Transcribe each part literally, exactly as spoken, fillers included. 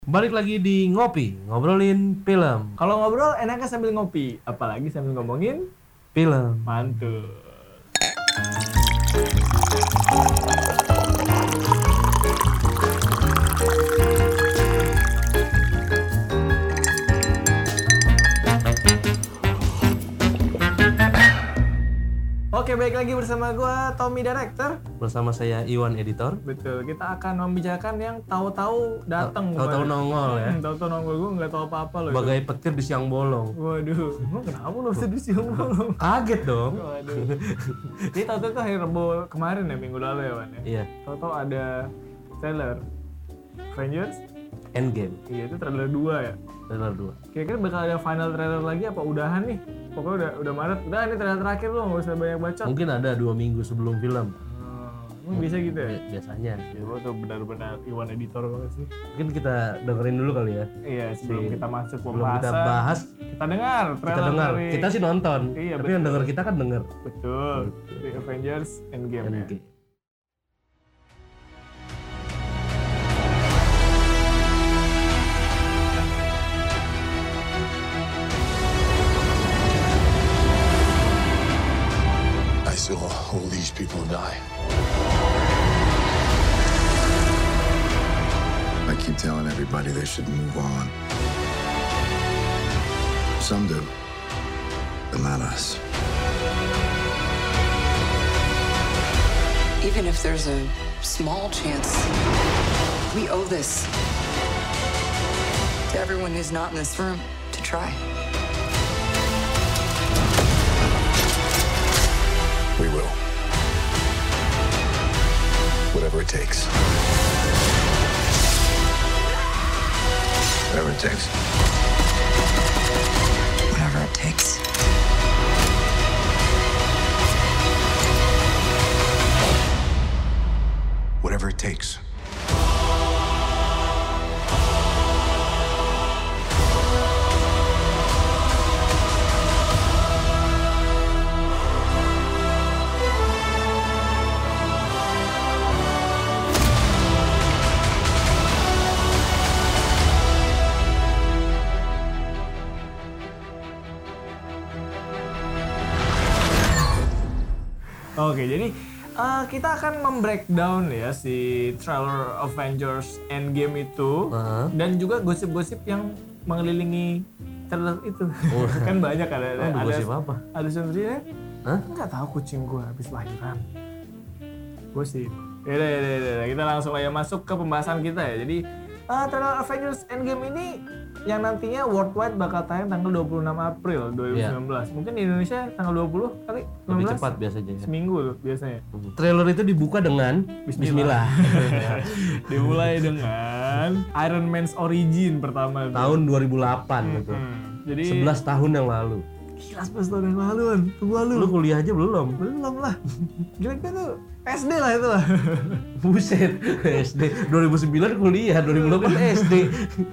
Balik lagi di Ngopi, ngobrolin film. Kalau ngobrol enaknya sambil ngopi, apalagi sambil ngomongin Film. mantul. Oke, baik lagi bersama gua Tommy Director. Bersama saya Iwan Editor. Betul, kita akan membicarakan yang tahu-tahu datang. Tahu-tahu nongol ya. Hmm, tahu-tahu nongol, gua nggak tahu apa-apa loh. Sebagai petir di siang bolong. Waduh, emang kenapa lu bisa di siang bolong? Kaget dong. Waduh. Jadi tahu-tahu tuh hari Rabu kemarin ya, minggu lalu ya, Wan ya. Iya. Tahu-tahu ada trailer Avengers. Endgame. Iya, itu trailer dua ya. Trailer dua. Kira-kira bakal ada final trailer lagi apa udahan nih? Pokoknya udah udah Maret. Udah ini trailer terakhir loh, nggak usah banyak bacot. Mungkin ada dua minggu sebelum film. Hmm, emang bisa gitu ya? Biasanya. Ya lo tuh benar-benar Iwan editor banget sih. Mungkin kita dengerin dulu kali ya. Iya, sebelum Si- kita masuk Sebelum pembahasan. kita bahas, Kita dengar trailer kita dengar. dari Kita sih nonton. Iya, Tapi betul. yang denger kita kan denger. betul di Avengers Endgame ya. Endgame. I saw all these people die. I keep telling everybody they should move on. Some do, but not us. Even if there's a small chance, we owe this to everyone who's not in this room to try. We will. Whatever it takes. Whatever it takes. Whatever it takes. Whatever it takes. Oke, jadi eh, kita akan membreakdown ya si trailer Avengers Endgame itu Heeh. dan juga gosip-gosip yang mengelilingi trailer itu. Kan banyak ada ada Oh, ada, gosip apa? ada sebenarnya Hah? nggak tahu kucing gua habis lahiran. Gosip. Yaudah, yaudah, yaudah, kita langsung aja masuk ke pembahasan kita ya. Jadi eh, trailer Avengers Endgame ini yang nantinya worldwide bakal tayang tanggal dua puluh enam April dua ribu sembilan belas. Mungkin di Indonesia tanggal dua puluh kali. Lebih sembilan belas? cepat biasanya. ya. Seminggu tuh biasanya. Trailer itu dibuka dengan Bismillah. Dimulai dengan Iron Man's Origin pertama tuh. Tahun dua ribu delapan gitu. Hmm, Jadi sebelas tahun yang lalu. gila sebelas tahun yang lalu kan. Tua lu. Lu kuliah aja belum? Belum lah. Gila kan tuh S D lah itu lah. Buset, S D dua ribu sembilan kuliah, dua ribu delapan S D.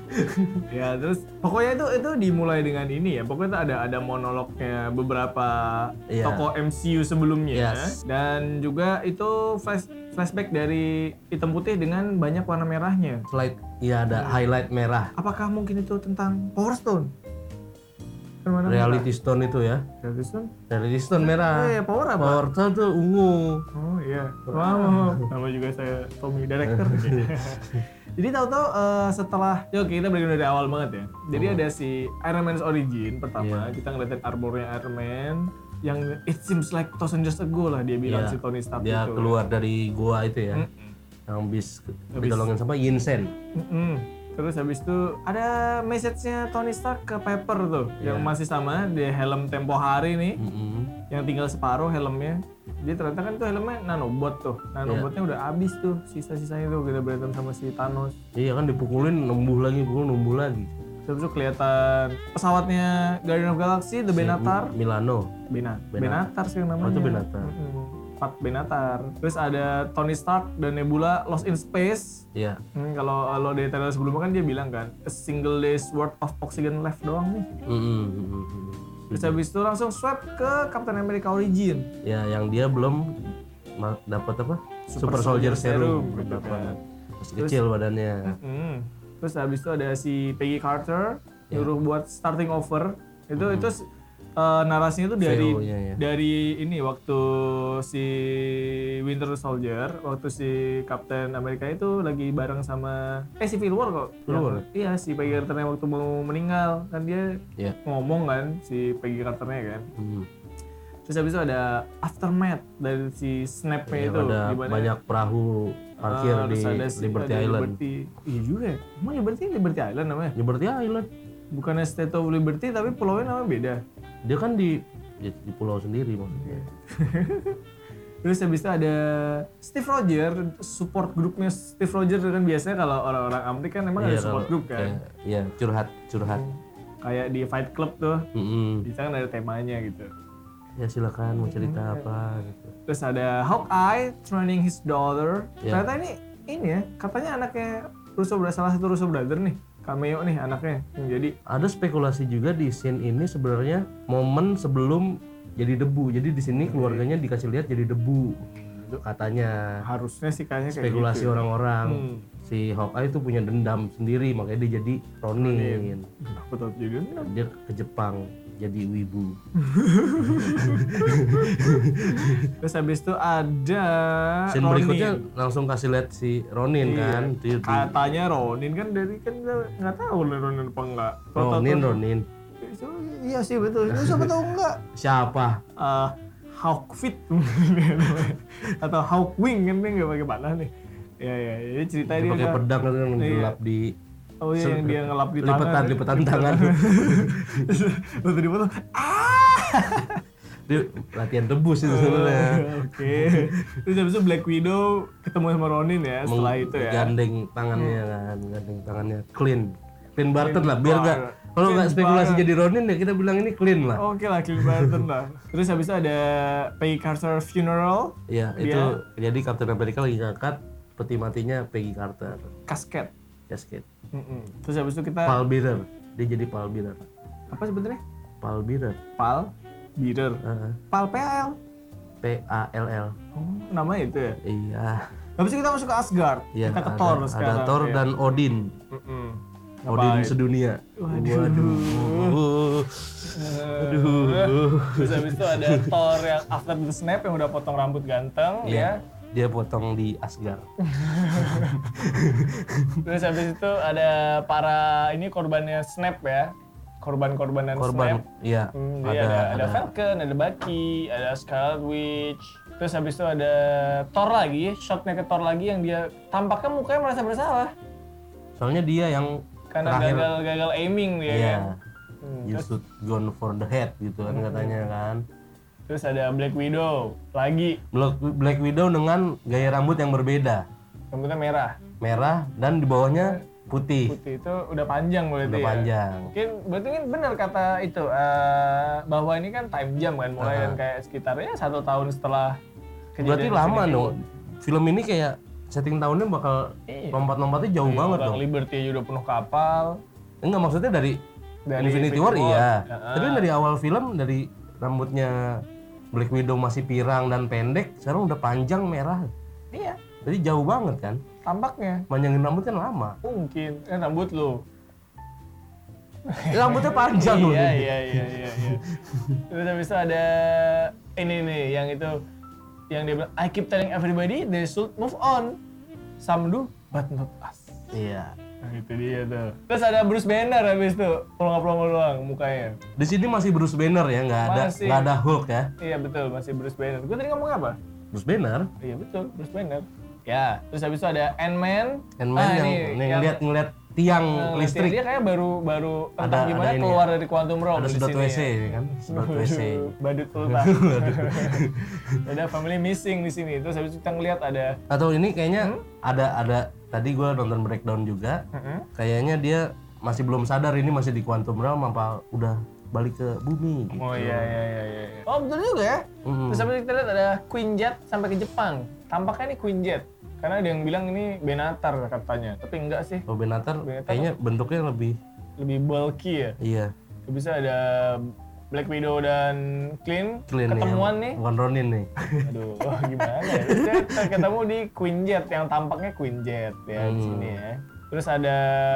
Ya terus pokoknya itu itu dimulai dengan ini ya. Pokoknya tuh ada ada monolognya beberapa Iya. tokoh M C U sebelumnya. Yes. Dan juga itu flash flashback dari hitam putih dengan banyak warna merahnya. Slide, iya ada highlight merah. Apakah mungkin itu tentang Power Stone? Kan warna Reality Stone itu ya. merah. Reality Stone? Reality Stone merah. Eh, Power apa? Power Stone tuh ungu. Oh iya. Wow. Nama juga saya Tommy Director. Jadi tahu-tahu eh, setelah, ya oke kita balik dari awal banget ya. Jadi ada si Iron Man's Origin pertama, Iya. kita ngeliatin armornya Iron Man yang it seems like thousand years ago lah dia bilang Iya. si Tony Stark Dia itu. keluar dari gua itu ya. Mm-mm. Yang bis Habis. ditolongin sama Yinsen. Mm-mm. Terus habis itu ada message-nya Tony Stark ke Pepper tuh yang Iya. masih sama di helm tempo hari nih. Mm-mm. Yang tinggal separuh helmnya. Dia ternyata kan itu helmnya nanobot tuh. Nanobotnya udah habis tuh, sisa-sisanya tuh kita berantem sama si Thanos. Iya kan dipukulin nembuh lagi, pukul nembuh lagi. Terus tuh kelihatan pesawatnya Guardian of Galaxy, The Benatar. Milano. Bena, Benatar. Benatar sih namanya. Oh, itu Benatar. Mm-mm. Pat Benatar. Terus ada Tony Stark dan Nebula Lost in Space. Iya. Hmm, kalau lo dari trailer sebelumnya kan dia bilang kan, a single day's worth of oxygen left doang nih. Mm-mm, mm-mm. Terus habis itu langsung swap ke Captain America Origin. Ya yang dia belum ma- dapat apa? Super, Soldier Serum. gitu Dapat. kan. Masih kecil badannya. Hmm. Terus habis itu ada si Peggy Carter Ya. nyuruh buat starting over. Itu itu uh, narasinya itu dari V O-nya, ya. dari ini waktu si Winter Soldier, waktu si Captain America itu lagi bareng sama eh Civil War kok. Civil War? Iya, si Peggy Carter yang waktu mau meninggal kan dia Ya. ngomong kan si Peggy Carternya kan. Hmm. Terus habis itu ada aftermath dari si Snap-nya Ya, itu ada dimana- banyak perahu parkir Ah, di terus ada si- Liberty ada Island. Liberty. Iya juga ya. Emang Liberty Liberty Island namanya? Liberty Island. Bukannya State of Liberty tapi pulaunya namanya beda. Dia kan di ya, di pulau sendiri maksudnya. Terus habis itu ada Steve Rogers, support grupnya Steve Rogers kan biasanya kalau orang-orang Amerika kan emang ada Iya, support kalau group kan. kayak- Iya, curhat, curhat. Kayak di Fight Club tuh, Mm-mm. di sana kan ada temanya gitu. Ya silakan mau cerita apa gitu. Terus ada Hawkeye training his daughter. Iya. Ternyata ini ini ya, katanya anaknya Russo Brothers, salah satu Russo Brother nih. Cameo nih anaknya yang jadi Ada spekulasi juga di scene ini sebenarnya momen sebelum jadi debu. Jadi di sini keluarganya dikasih lihat jadi debu. Katanya harusnya sih kayaknya kayak spekulasi gitu. orang-orang. Hmm. Si Hawkeye itu punya dendam sendiri makanya dia jadi Ronin. Kenapa tuh jadi dendam? Dia ke Jepang jadi wibu. Terus habis itu ada Scene Ronin. berikutnya langsung kasih lihat si Ronin Iya. kan. Dia- Katanya Ronin kan dari kan kita nggak tahu lah Ronin apa enggak. Ronin, Ronin. Iya sih betul. Itu siapa tahu enggak? Siapa? Eh Hawkfit atau Hawkwing kan dia nggak pakai panah nih. Ya ya, jadi cerita Dia dia pakai kan- pedang kan yang Iya. gelap di Oh iya yang dia ngelap di lipetan, tangan. lipetan tangan. Waktu di foto, ah. Dia latihan tebus itu sebenarnya. Oke. Terus habis itu Black Widow ketemu sama Ronin ya setelah itu ya. Gandeng tangannya kan, gandeng tangannya clean. Clean Barton lah, biar Bar- nggak kalau nggak Clean spekulasi Bar- jadi Ronin ya kita bilang ini clean lah. Oke lah, Clint Barton lah. Terus habis itu ada Peggy Carter funeral, Iya, Dia- itu jadi Captain America lagi ngangkat peti matinya Peggy Carter. kasket. Casket. Mm-mm. Terus habis itu kita Pal bearer. Dia jadi pal bearer. apa sebenarnya? Pal bearer. Pal bearer. Heeh. Pal P A L. P A L L. Oh, namanya itu ya. Iya. Habis itu kita masuk ke Asgard. Iya, kita ke ada, Thor ada sekarang. Thor ya. dan Odin. Mm-mm. Odin Ngapain? sedunia. Waduh. Waduh. Aduh. Terus habis itu ada Thor yang after the snap yang udah potong rambut ganteng ya. Iya. Dia potong di Asgard. Terus habis itu ada para ini korbannya Snap ya. Korban-korbanan Korban, Snap. iya. Hmm, jadi ada, ada, Falcon, ada Bucky, ada Scarlet Witch. Terus habis itu ada Thor lagi, shotnya ke Thor lagi yang dia tampaknya mukanya merasa bersalah. Soalnya dia yang Karena terakhir, gagal gagal aiming dia iya, kan. Hmm, you terus, should gone for the head gitu kan katanya kan. terus ada Black Widow lagi, Black, Black Widow dengan gaya rambut yang berbeda, rambutnya merah. merah dan di bawahnya putih, Putih itu udah panjang berarti udah ya. panjang. Mungkin berarti kan benar kata itu eh, bahwa ini kan time jump kan mulai Uh-huh. dan kayak sekitarnya satu tahun setelah Berarti kejadian lama Infinity dong. War. Film ini kayak setting tahunnya bakal Iya. lompat-lompatnya jauh Iya, banget Bang dong. Liberty aja udah penuh kapal. Enggak, maksudnya dari, Dari Infinity Infinity War, War. iya. Heeh. Tapi dari awal film dari rambutnya Black Widow masih pirang dan pendek, sekarang udah panjang merah. Iya, Jadi jauh banget kan. tampaknya Manjangin rambut kan lama. mungkin kan rambut lu. Rambutnya panjang loh. Iya, ini. iya, iya, iya, iya. Terus habis itu ada ini nih yang itu yang dia bilang I keep telling everybody they should move on. Some do but not us. Iya. Nah, itu dia tuh. Terus ada Bruce Banner habis itu, pelongo-pelongo doang mukanya. Di sini masih Bruce Banner ya, nggak ada Masih. nggak ada Hulk ya. Iya betul, masih Bruce Banner. Gue tadi ngomong apa? Bruce Banner, Iya betul, Bruce Banner. Ya, terus habis itu ada Ant-Man. Ant-Man Ah, yang, ini, yang ngeliat ngeliat tiang Nah, listrik. Dia kayak baru baru Ada- entah ada gimana ini keluar ya. dari Quantum Realm Ada di sedot sini W C ya. ya kan, sedot W C. Badut ulta. Ada family missing di sini. Terus habis itu kita ngeliat ada Atau ini kayaknya Hmm? ada ada tadi gue nonton breakdown juga. Mm-mm. Kayaknya dia masih belum sadar ini masih di Quantum Realm apa udah balik ke bumi. Gitu. Oh iya iya iya iya. Oh betul juga ya. Mm. Terus habis itu kita lihat ada Queen Jet sampai ke Jepang. Tampaknya ini Queen Jet. Karena ada yang bilang ini Benatar katanya. Tapi enggak sih. Oh Benatar Benatar kayaknya bentuknya lebih Lebih bulky ya. iya. Bisa ada Black Widow dan Clint Clean ketemuan ya. nih. Bukan Ronin nih. Aduh, wah gimana ya? Terus kita ketemu di Queen Jet yang tampaknya Queen Jet ya di Hmm. sini ya. Terus ada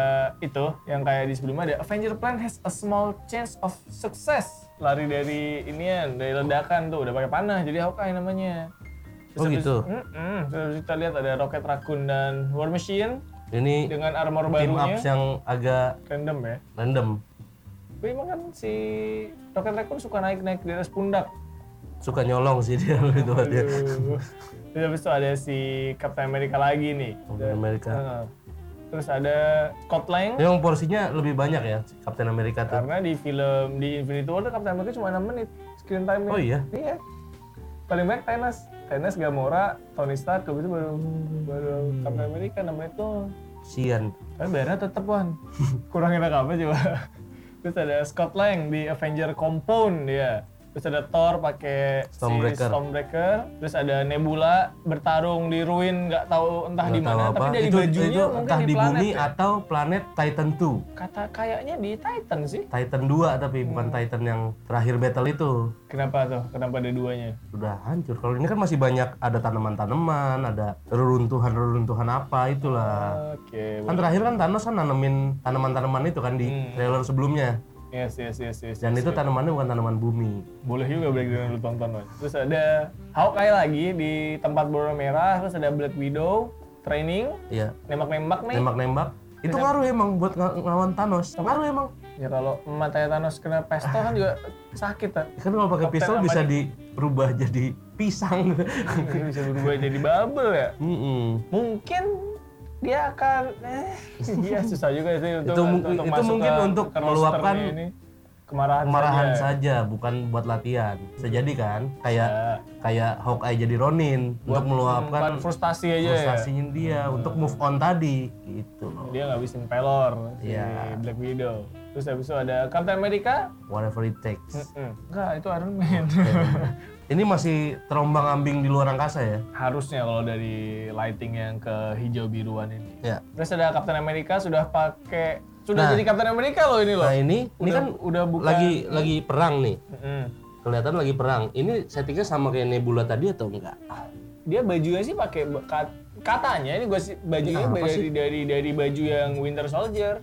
itu yang kayak di sebelumnya ada Avenger plan has a small chance of success. Lari dari inian, dari ledakan tuh udah pakai panah jadi Hawkeye namanya. Terus Oh habis- gitu? Mm-mm. Terus kita lihat ada Rocket Raccoon dan War Machine Ini dengan armor team barunya. ups yang agak Random ya. random. Tapi emang kan si Rocket Raccoon suka naik-naik di atas pundak. Suka nyolong sih dia itu dia. Aduh. Terus habis itu ada si Captain America lagi nih. Captain America. Heeh. Terus ada Scott Lang. Yang porsinya lebih banyak ya Captain America tuh. Karena di film di Infinity War tuh Captain America cuma enam menit screen time-nya. Oh iya? Iya. Paling banyak Thanos. Thanos, Gamora, Tony Stark, habis itu baru baru Captain America enam menit tuh. Sian. Tapi bayarnya tetep Wan. Kurang enak apa coba. Terus ada Scott Lang di Avenger Compound dia. Terus ada Thor pakai si Stormbreaker. Stormbreaker. Terus ada Nebula bertarung di ruin nggak tahu entah Nggak di tahu mana. apa. Tapi dari itu, bajunya itu mungkin entah di, di planet bumi ya. atau planet Titan dua. Kata kayaknya di Titan sih. Titan dua tapi bukan Titan yang terakhir battle itu. Kenapa tuh? Kenapa ada duanya? Udah hancur. Kalau ini kan masih banyak ada tanaman-tanaman, ada reruntuhan-reruntuhan apa itulah. Oke. Kan terakhir kan Thanos kan nanemin tanaman-tanaman itu kan di Hmm. trailer sebelumnya. Yes, yes, yes, yes. Dan yes, itu yes. tanamannya bukan tanaman bumi. Boleh juga break dengan lu tonton, Wan. Terus ada Hawkeye lagi di tempat berwarna merah, terus ada Black Widow training, Iya. nembak-nembak nih. Nembak-nembak. Itu ngaruh emang buat ng- ngelawan Thanos. Ngaruh emang. Ya kalau matanya Thanos kena pistol kan juga sakit kan. Kan kalau pakai Kapten pistol apa bisa nih? dirubah jadi pisang. Ini bisa berubah jadi bubble ya. Mm-mm. Mungkin dia akan eh iya susah juga sih untuk Itu mungkin- untuk itu masuk mungkin ke- untuk ke rosternya meluapkan ini. Kemarahan, Kemarahan saja. saja, bukan buat latihan. Bisa jadi kan? Kayak Ya. kayak Hawkeye jadi Ronin untuk meluapkan Bukan frustasi aja ya. frustasinya dia untuk move on tadi gitu loh. Dia ngabisin pelor si Iya. Black Widow. Terus habis itu ada Captain America. Whatever it takes. Mm-mm. Enggak, itu Iron Man. Ini masih terombang-ambing di luar angkasa ya? Harusnya kalau dari lighting yang ke hijau biruan ini. Ya. Terus ada Captain America sudah pakai sudah Nah. jadi Captain America loh ini loh. Nah ini, ini Udah- kan udah bukan- lagi lagi perang nih. Mm-mm. Kelihatan lagi perang. Ini settingnya sama kayak Nebula tadi atau enggak? Dia bajunya sih pakai ba- kat- katanya ini gua sih bajunya Apa dari sih? dari dari baju yang Winter Soldier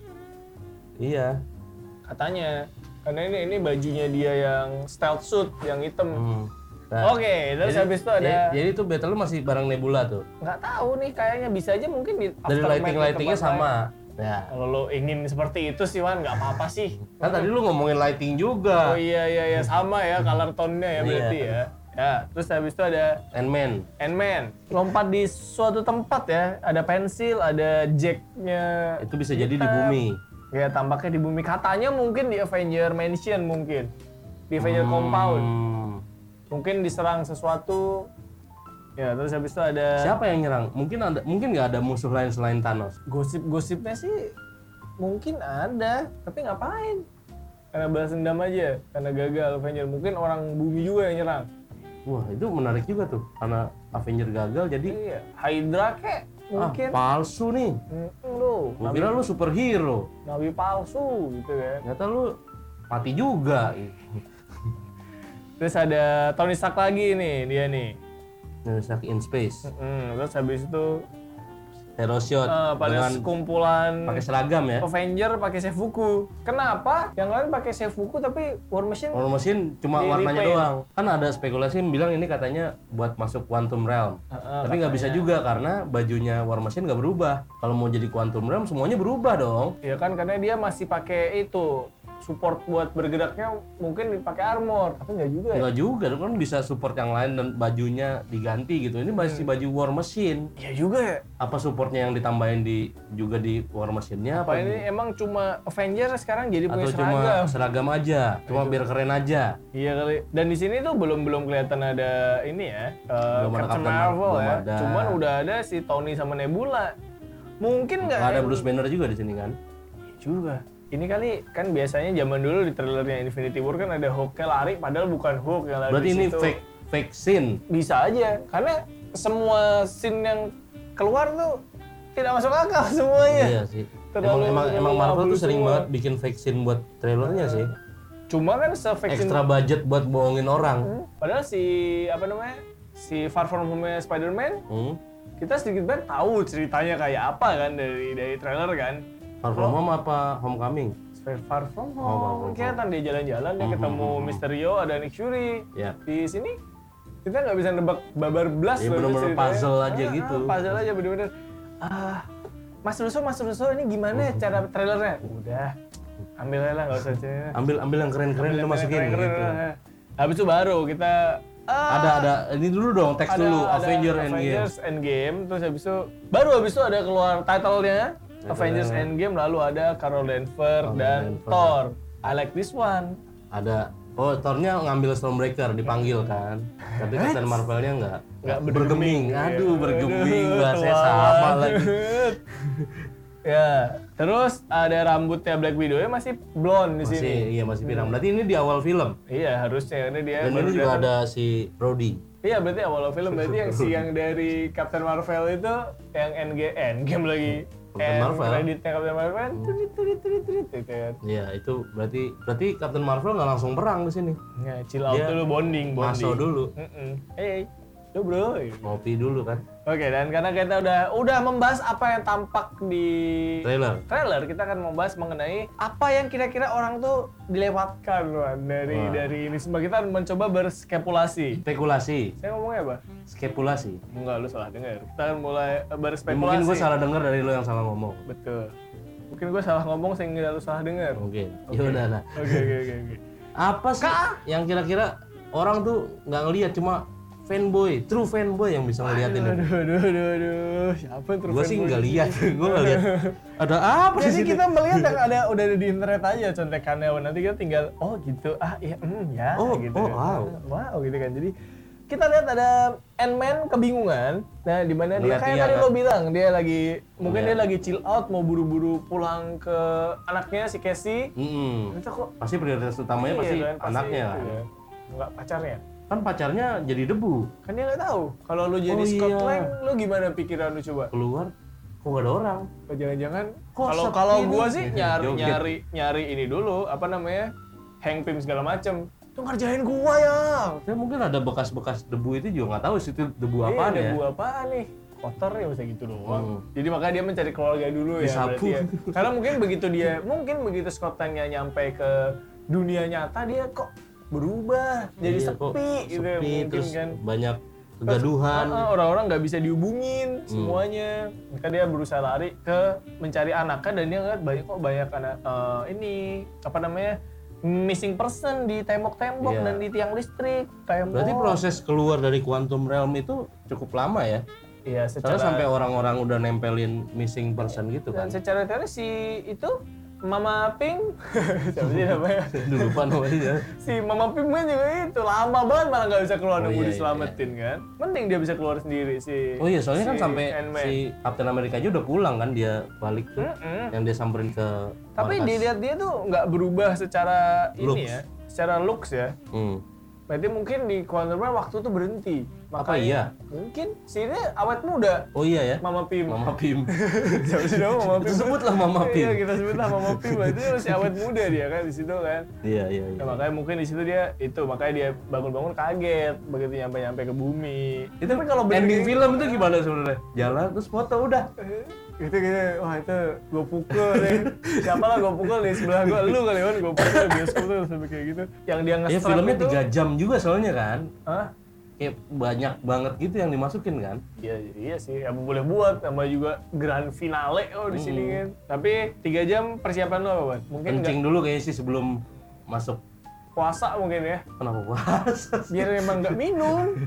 Iya. katanya. Karena ini ini bajunya dia yang stealth suit yang hitam. Hmm. Nah, Oke, terus jadi- habis itu ada Jadi, jadi itu battle masih bareng Nebula tuh. nggak tahu nih kayaknya bisa aja mungkin di Dari aftermath lighting-lightingnya ke tempat lain. sama. Ya. Kalau lo ingin seperti itu sih Wan nggak apa-apa sih. Kan tadi lu ngomongin lighting juga. Oh iya iya iya sama ya color tone-nya ya berarti Iya. ya. Ya, terus habis itu ada Ant-Man. Ant-Man. Lompat di suatu tempat ya, ada pensil, ada jacknya. Itu bisa jadi di hitam. bumi. Ya tampaknya di bumi. Katanya mungkin di Avenger Mansion mungkin. Di Avenger Compound. Hmm. Mungkin diserang sesuatu. Ya, terus habis itu ada Siapa yang nyerang? Mungkin ada, mungkin nggak ada musuh lain selain Thanos. gosip-gosipnya sih mungkin ada, tapi ngapain? Karena balas dendam aja, karena gagal Avenger. Mungkin orang bumi juga yang nyerang. Wah itu menarik juga tuh, karena Avenger gagal jadi Iya, Hydra kek mungkin. ah palsu nih. Mm-mm, lu, Gua nabi, kira lu superhero, nabi palsu gitu kan. ternyata lu mati juga. Terus ada Tony Stark lagi nih, dia nih. Ngerusak in space, Mm, terus habis itu hero shot eh, pada dengan sekumpulan pakai seragam ya. Avenger pakai Seifuku. Kenapa? Yang lain pakai Seifuku tapi War Machine War Machine cuma Di warnanya repaint. doang. Kan ada spekulasi yang bilang ini katanya buat masuk Quantum Realm. Heeh, Tapi nggak bisa juga karena bajunya War Machine nggak berubah. Kalau mau jadi Quantum Realm semuanya berubah dong. ya kan karena dia masih pakai itu support buat bergeraknya mungkin dipakai armor. Tapi nggak juga ya? Nggak juga, kan bisa support yang lain dan bajunya diganti gitu. Ini masih Hmm. baju War Machine. Iya juga ya. Apa supportnya yang ditambahin di juga di War Machine-nya Apa apa? ini emang cuma Avenger sekarang jadi punya Atau cuma seragam? seragam aja, cuma biar keren aja. Iya kali. Dan di sini tuh belum belum kelihatan ada ini ya, uh, Belum ada Captain Captain Marvel Mar- ya. belum ada. Cuman udah ada si Tony sama Nebula. Mungkin nggak? Nggak ada yang- Bruce Banner juga di sini kan? juga. Ini kali kan biasanya zaman dulu di trailernya Infinity War kan ada Hulk lari, padahal bukan Hulk yang lari Berarti di ini situ. fake fake scene. Bisa aja, karena semua scene yang keluar tuh tidak masuk akal semuanya. Iya sih. Terlalu- Emang emang, emang terlalu Marvel tuh absurd sering semua. banget bikin fake scene buat trailernya sih. Cuma kan se-fake scene- Extra budget buat bohongin orang. Hmm, padahal si apa namanya si Far From Home Spider-Man Hmm. kita sedikit banyak tahu ceritanya kayak apa kan dari dari trailer kan. Far From Home apa Homecoming? Far From Oh, Far From Home, kelihatan dia jalan-jalan, dia ketemu Mysterio, ada Nick Fury. Ya. Di sini kita nggak bisa nebak babar belas Ya, bener-bener puzzle aja ah, gitu. Ah, puzzle aja bener-bener. Ah, Mas Russo, Mas Russo ini gimana ya cara trailernya? Udah, ambil aja lah, nggak usah cerita. Ambil ambil yang keren-keren itu masukin Keren-keren, gitu. keren. Habis itu baru kita ah, Ada ada ini dulu dong teks ada- dulu ada Avenger Endgame. Avengers Endgame, terus habis itu baru habis itu ada keluar title-nya Avengers Endgame, lalu ada Carol Danvers Carol dan Danvers. Thor. I like this one. Ada oh Thor-nya ngambil Stormbreaker dipanggil kan. Tapi Captain Marvel-nya enggak. Nggak bergeming. Aduh, bergeming Aduh, bahasanya tua sama banget. lagi. Ya, terus ada rambutnya Black Widow-nya masih blonde di sini. Masih iya masih pirang. Berarti ini di awal film. Iya, harusnya ini dia. Dan baru ini juga datang. ada si Rhodey. Iya, berarti awal film berarti yang si yang dari Captain Marvel itu yang Endgame, Endgame lagi. Captain End Marvel. Creditnya Captain Marvel kan turit turit turit turit gitu kan. Iya, itu berarti berarti Captain Marvel nggak langsung perang di sini. Ya, chill out Dia dulu, bonding, bonding. Masuk dulu, Mm-mm. Hey, lu bro. ngopi dulu kan. Oke, dan karena kita udah udah membahas apa yang tampak di Trailer. trailer, kita akan membahas mengenai apa yang kira-kira orang tuh dilewatkan Wan, dari Wah. dari ini semua. Kita bercoba berspekulasi. Spekulasi, Saya ngomongnya apa? spekulasi. Enggak, lu salah dengar. Kita akan mulai eh, Ya, berspekulasi. mungkin gue salah dengar dari lo yang salah ngomong. Betul. Mungkin gue salah ngomong sehingga lu salah dengar. Oke, Mungkin. Ya udah lah. oke, oke, oke. Apa sih yang kira-kira orang tuh nggak ngelihat, cuma fanboy, true fanboy yang bisa ngeliatin ini. Aduh, aduh, aduh, aduh. Siapa yang Gue sih terfanboy? nggak lihat, gue nggak lihat. Ada apa di Jadi sini? kita melihat yang ada udah ada di internet aja contekannya. Nanti kita tinggal oh gitu ah iya mm, ya Oh, gitu. oh, kan. wow. Wow gitu kan. Jadi kita lihat ada Ant-Man kebingungan. Nah, di mana dia Ngeliat kayak dia, tadi kan? lo bilang dia lagi mungkin Iya. dia lagi chill out mau buru-buru pulang ke anaknya si Casey. Mm-mm. Itu kok Pasti prioritas utamanya pasti iya kan, anaknya. itu ya. Enggak pacarnya. Kan pacarnya jadi debu, Kan dia nggak tahu. Kalau lu jadi Oh, Scott iya. Lang, lu gimana pikiran lu coba? keluar, kok nggak ada orang? Oh, jangan-jangan Kok kalau sepi kalau nih? gua sih nyari Joget. nyari nyari ini dulu apa namanya hang pim segala macem tuh ngerjain gua ya Ya mungkin ada bekas-bekas debu itu juga nggak tahu sih itu debu apaan iya, ya. debu apaan nih kotor ya bisa gitu doang Hmm. jadi makanya dia mencari keluarga dulu ya Disapu. berarti ya karena mungkin begitu dia mungkin begitu Scott Lang-nya nyampe ke dunia nyata dia kok berubah jadi Iya, kok sepi gitu ya, sepi, mungkin terus kan banyak kegaduhan. Ah, ah, orang-orang nggak bisa dihubungin Hmm. semuanya. Maka dia berusaha lari ke mencari anaknya dan dia ngeliat banyak kok banyak anak eh, ini apa namanya missing person di tembok-tembok Iya. dan di tiang listrik. Tembok. Berarti proses keluar dari quantum realm itu cukup lama ya? Iya secara Soalnya sampai orang-orang udah nempelin missing person gitu dan kan. secara teori si itu Mama Pink siapa sih namanya? Dulu lupa namanya. Si Mama Pink kan juga itu lama banget malah nggak bisa keluar Oh, nunggu iya, iya, diselamatin kan. Mending dia bisa keluar sendiri si. Oh iya, soalnya kan si sampai Ant-Man. si Captain America aja udah pulang kan, dia balik tuh. Mm-mm. Yang dia samperin ke Tapi markas. dilihat dia tuh nggak berubah secara Looks. ini ya, secara looks ya. Hmm. Berarti mungkin di Quantum Realm waktu tuh berhenti. Apa iya? Mungkin si ini awet muda, Oh iya ya. Mama Pim. Mama Pim. Siapa sih nama Mama Pim? Itu sebutlah Mama Pim. Iya, kita sebutlah Mama Pim. Berarti dia masih awet muda dia kan di situ kan. Iya iya iya. Nah, makanya mungkin di situ dia itu makanya dia bangun-bangun kaget begitu nyampe-nyampe ke bumi. Itu Tapi kalau bener ending gini- film itu gimana sebenarnya? Jalan terus foto udah. Gitu gitu, wah itu gue pukul nih. Siapa lah gue pukul di sebelah gue, lu kali kan gue pukul di bioskop tuh sampai kayak gitu. Yang dia Ya nge-strap filmnya itu. tiga jam juga soalnya kan. Hah? Kayak banyak banget gitu yang dimasukin kan. Iya, iya sih, apa boleh buat, sama juga grand finale oh di sini kan. Tapi tiga jam persiapan lo apa, Ban? Mungkin nggak Kencing dulu kayaknya sih sebelum masuk. puasa mungkin ya, Kenapa puasa? biar emang nggak minum.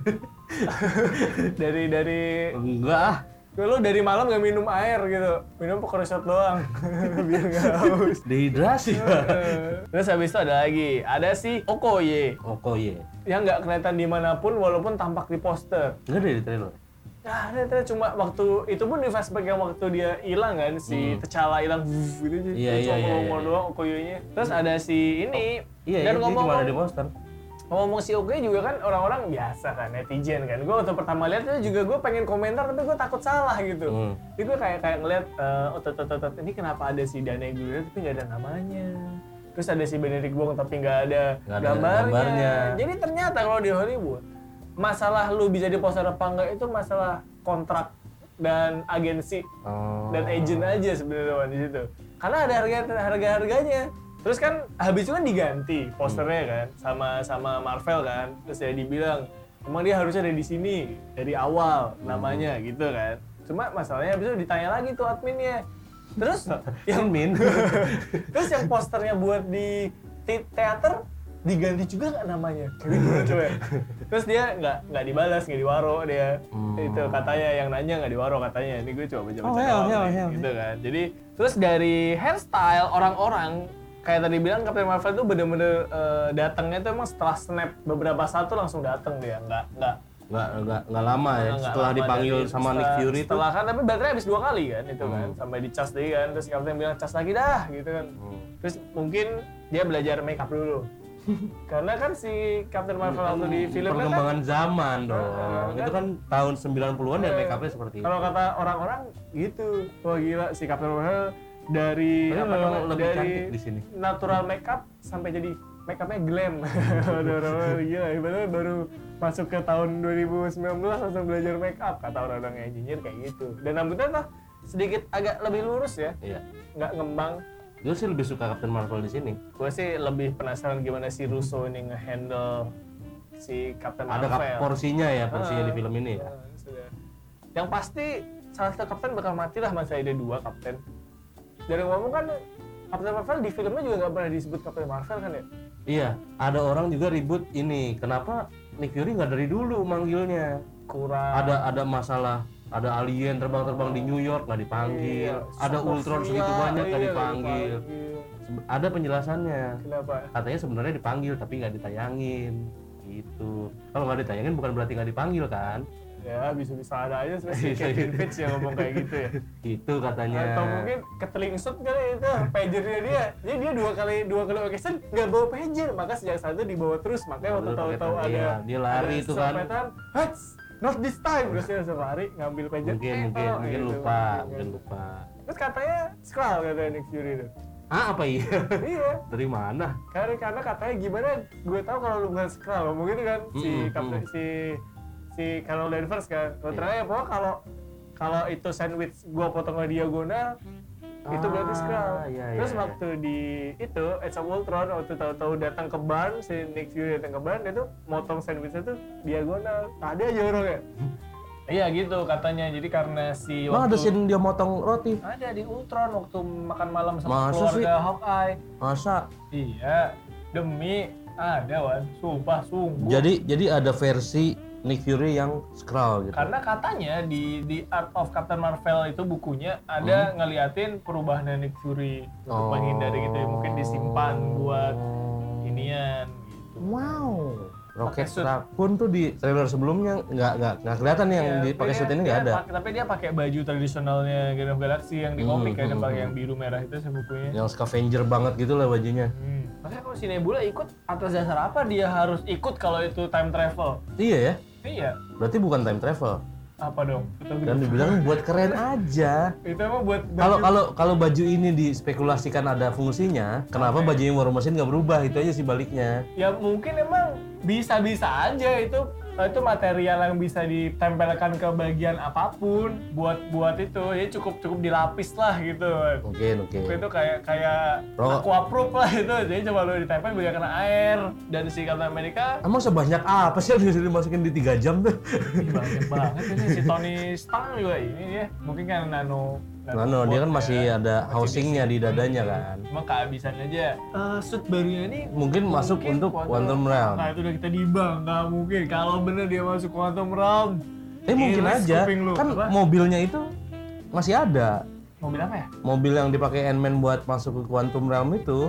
dari dari Enggak ah. lo dari malam nggak minum air gitu, minum pokoknya shot doang, biar nggak haus. Dehidrasi. Terus habis itu ada lagi, ada si Okoye Okoye. yang nggak kelihatan dimanapun walaupun tampak di poster. Enggak ada di trailer. Nah, ada ternyata cuma waktu itu pun di flashback yang waktu dia hilang kan, si T'Challa hilang wuh, gitu aja. Hmm. Iya, Dia cuma iya, iya, ngomong iya. doang Okoye-nya. Terus ada si ini Iya, dan iya, dia ngomong cuma ada di poster. ngomong si Okoye juga kan orang-orang biasa kan, netizen kan. Gue waktu pertama lihat itu juga gue pengen komentar tapi gue takut salah gitu. Hmm. Jadi gue kayak kayak ngeliat eh, oh tot tot tot ini kenapa ada si Danai Gurira tapi nggak ada namanya. Terus ada si Benedict Wong tapi nggak ada, Nggak ada gambarnya. gambarnya. Jadi ternyata kalau di Hollywood masalah lu bisa di poster apa enggak itu masalah kontrak dan agensi Oh. dan agent aja sebenarnya Wan di situ. Karena ada harga harga harganya. Terus kan habis itu kan diganti posternya kan sama sama Marvel kan. Terus ya dibilang emang dia harusnya ada di sini dari awal namanya gitu kan. Cuma masalahnya habis itu ditanya lagi tuh adminnya. Terus yang Min. terus yang posternya buat di te- teater diganti juga nggak namanya? Kayak gimana coba? Terus dia nggak nggak dibalas, nggak diwaro dia. Hmm. Itu katanya yang nanya nggak diwaro katanya. Ini gue coba baca Oh, baca hell, doang hell, nih, hell. gitu kan. Jadi terus dari hairstyle orang-orang kayak tadi bilang Captain Marvel tuh bener-bener uh, datangnya tuh emang setelah snap beberapa saat tuh langsung datang dia, nggak nggak Nggak, nggak, nggak lama ya, nggak setelah lama dipanggil dari- sama setelah, Nick Fury itu. setelah kan tapi baterai habis dua kali kan itu kan Hmm. sampai dicas lagi kan terus Captain bilang cas lagi dah gitu kan Hmm. terus mungkin dia belajar make up dulu karena kan si Captain Marvel waktu di filmnya kan Perkembangan zaman dong. Ah, Itu kan- kan tahun sembilan puluhan ya Eh, make upnya seperti itu. kalau kata orang-orang gitu wah gila si Captain Marvel dari Tapi apa memang namanya lebih dari cantik di sini. natural makeup sampai jadi make upnya glam. Ada orang gila, ibaratnya baru masuk ke tahun dua ribu sembilan belas langsung belajar make up kata orang-orang yang nyinyir kayak gitu. Dan rambutnya tuh sedikit agak lebih lurus ya, Iya. nggak ngembang. Gue sih lebih suka Captain Marvel di sini. Gue sih lebih penasaran gimana si Russo ini nge-handle si Captain Ada kap- Marvel. porsinya ya, porsinya Ah, di film ini. ah, sudah. Yang pasti salah satu kapten bakal mati lah, masa ada dua kapten. Dari ngomong kan Captain Marvel di filmnya juga nggak pernah disebut Captain Marvel kan ya? Iya, ada orang juga ribut ini. Kenapa Nick Fury nggak dari dulu manggilnya? Kurang. Ada ada masalah, ada alien terbang-terbang di New York nggak dipanggil. Iya, Ada Sokovia, Ultron segitu banyak nggak iya, nggak dipanggil. dipanggil. Se- Ada penjelasannya. Kenapa? Katanya sebenarnya dipanggil tapi nggak ditayangin. Gitu. Kalau nggak ditayangin bukan berarti nggak dipanggil kan? Ya bisa-bisa ada aja sebenarnya Bisa, Kevin iya. Feige yang ngomong kayak gitu ya. Gitu katanya. Atau mungkin ketelingsut kali itu pagernya dia. Jadi dia dua kali dua kali orkestra nggak bawa pager, maka sejak saat itu dibawa terus. Makanya waktu Betul, tahu-tahu pakai ada iya, dia lari ada itu kan. serepetan, "Hats, not this time." Terus dia langsung lari ngambil pager. Mungkin Eh, mungkin oh, mungkin gitu. lupa, mungkin lupa. Terus katanya Skrull katanya Nick Fury itu. Ah apa iya? Iya. Dari mana? Karena karena katanya gimana gue tahu kalau lu bukan Skrull ngomong gitu kan si Mm-mm, kapten mm. si si Carol Danvers kan. Lo Iya. ternyata pokoknya kalau kalau itu sandwich gua potong ke diagonal itu berarti Ah, Skrull. iya, Terus iya, waktu di itu Age of Ultron waktu tahu-tahu datang ke barn si Nick Fury datang ke barn dia tuh motong sandwichnya tuh diagonal. Ada aja orang ya. Iya gitu katanya. Jadi karena si Emang waktu ada scene dia motong roti? ada di Ultron waktu makan malam sama Masa keluarga sih? Hawkeye. Masa? Iya, demi ada Wan, sumpah sungguh. Jadi jadi ada versi Nick Fury yang Skrull gitu. Karena katanya di di Art of Captain Marvel itu bukunya ada ngeliatin perubahan Nick Fury untuk Hmm. Oh. menghindari gitu ya, mungkin disimpan buat inian gitu. Wow. Rocket Pakai suit. Raccoon tuh di trailer sebelumnya nggak nggak nggak kelihatan yang Iya, di tapi pakai dia- suit ini dia nggak ada. pakai- tapi dia pakai baju tradisionalnya Guardians of Galaxy yang di Hmm, komik kan, dia hmm, pakai hmm. yang biru merah itu sih bukunya. Yang Scavenger banget gitu lah bajunya. Hmm. Makanya kalau si Nebula ikut atas dasar apa dia harus ikut kalau itu time travel? Iya ya. Iya, Berarti bukan time travel. apa dong? Itu, Dan dibilang buat keren aja. itu emang buat Kalau baju- kalau kalau baju ini dispekulasikan ada fungsinya, kenapa baju yang War Machine nggak berubah? Itu aja sih baliknya. ya mungkin emang bisa-bisa aja itu itu material yang bisa ditempelkan ke bagian apapun buat buat itu ya cukup cukup dilapis lah gitu. Mungkin oke. Itu kayak kayak Ro- aquaproof lah itu, jadi coba lu ditempel biar kena air. Dan si Captain America Emang sebanyak apa sih yang bisa dimasukin di tiga jam tuh? ih, banyak banget ini si Tony Stark juga ini ya mungkin kan nano Nano, dia kan bot masih ya. ada Masih housingnya bisa. di dadanya kan. Cuma kehabisan aja. Eh, suit barunya ini Mungkin masuk untuk Quantum Realm. Nah itu udah kita dibang, nggak mungkin. Kalau bener dia masuk Quantum Realm. Eh mungkin iris aja, kuping lu. kan Apa? mobilnya itu masih ada. Mobil apa ya? Mobil yang dipakai Ant-Man buat masuk ke Quantum Realm itu.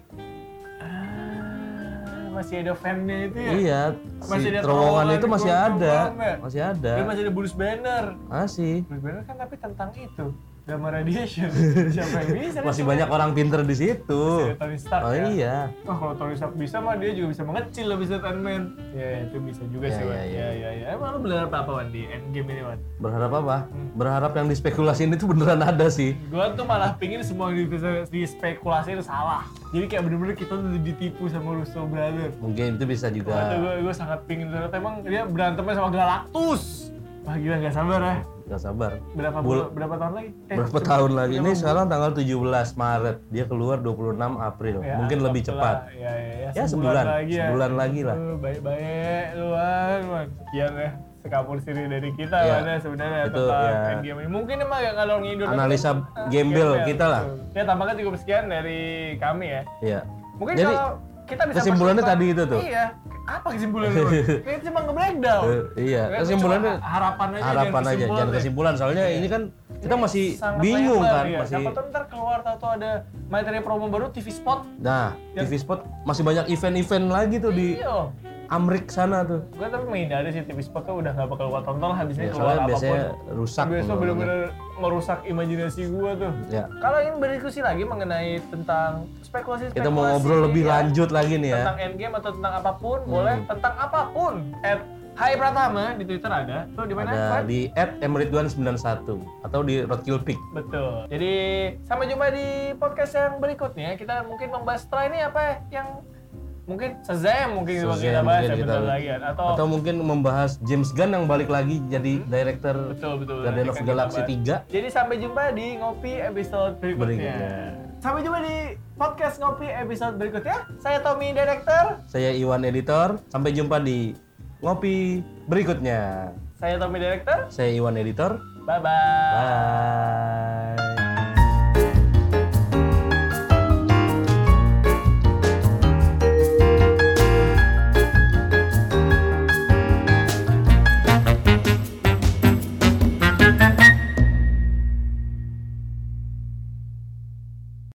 Ah, masih ada fan-nya itu ya? Iya, Masih si ada terowongan terowongan itu di masih Quantum ada. Realm ya? Masih ada. Dia masih ada Bruce Banner. Masih. Bruce Banner kan tapi tentang itu. Gamma radiation. Siapa yang bisa? Masih dia banyak cuma- orang pinter di situ. Masih ada Tony Stark Oh ya? iya. Wah kalau Tony Stark bisa mah dia juga bisa mengecil lebih dari Ant-Man. Ya itu bisa juga Ya, sih ya, Wan. ya. Ya ya ya. Emang lu berharap apa Wan di Endgame ini Wan? Berharap apa? Hmm. Berharap yang dispekulasiin itu beneran ada sih. Gua tuh malah pingin semua yang di- dispekulasi itu salah. Jadi kayak bener-bener kita tuh ditipu sama Russo Brothers. Mungkin itu bisa Wah, itu juga. gue, gue sangat pingin ternyata emang dia berantemnya sama Galactus. Wah gila nggak sabar ya. Nggak sabar. Berapa Bul- bul- berapa tahun lagi? Eh, Berapa tahun lagi? Ini sekarang tanggal tujuh belas Maret. Dia keluar dua puluh enam April. Ya, Mungkin lebih anggaplah. cepat. Ya, ya, ya, Ya, sebulan. lagi ya. Sebulan lagi lah. Uh, baik-baik luan, luan. Sekian ya sekapur siri dari kita Ya, mana sebenarnya itu tentang ya. Endgame ini. Mungkin emang ya kalau ngidul Analisa kan, gembel gembel. kita lah. Ya tambahkan cukup sekian dari kami ya. Iya. Mungkin Jadi, kalau kita bisa kesimpulannya bersumpah- tadi itu tuh. Iya. Apa kesimpulannya? Kita cuma nge-breakdown. Eh, iya, Kayak kesimpulannya cuma harapan aja, harapan jangan aja, jangan kesimpulan deh. kesimpulan. Soalnya ini kan kita masih Sangat bingung lebar, kan, ya. masih. Siapa tahu ntar keluar tahu ada materi promo baru T V Spot. Nah, T V Spot masih banyak event-event lagi tuh di Iya. Amrik sana tuh. Gue tapi menghindari sih T V Spot tuh udah gak bakal gue tonton lah, habisnya Ya, keluar soalnya apapun. biasanya rusak. Biasanya tuh. bener-bener merusak imajinasi gue tuh. Ya. Kalau ingin berdiskusi lagi mengenai tentang spekulasi-spekulasi Kita mau ngobrol lebih ya, lanjut lagi nih ya. tentang Endgame atau tentang apapun, boleh tentang apapun. At Hai Pratama di Twitter ada. Tuh di mana? Ada Fred? di et emeritduan sembilan satu atau di Roadkill Pick. Betul. Jadi sampai jumpa di podcast yang berikutnya. Kita mungkin membahas setelah ini apa ya, yang mungkin Shazam mungkin Shazam kita bahas mungkin ya kita- bentar lagi kan. Atau, Atau mungkin membahas James Gunn yang balik lagi jadi director betul betul. Guardian nanti of akan Galaxy kita bahas. tiga. Jadi sampai jumpa di Ngopi episode berikutnya. Berikutnya. Sampai jumpa di podcast Ngopi episode berikutnya. Saya Tommy Director. Saya Iwan Editor. Sampai jumpa di Ngopi berikutnya. Saya Tommy Director. Saya Iwan Editor. Bye bye. Bye.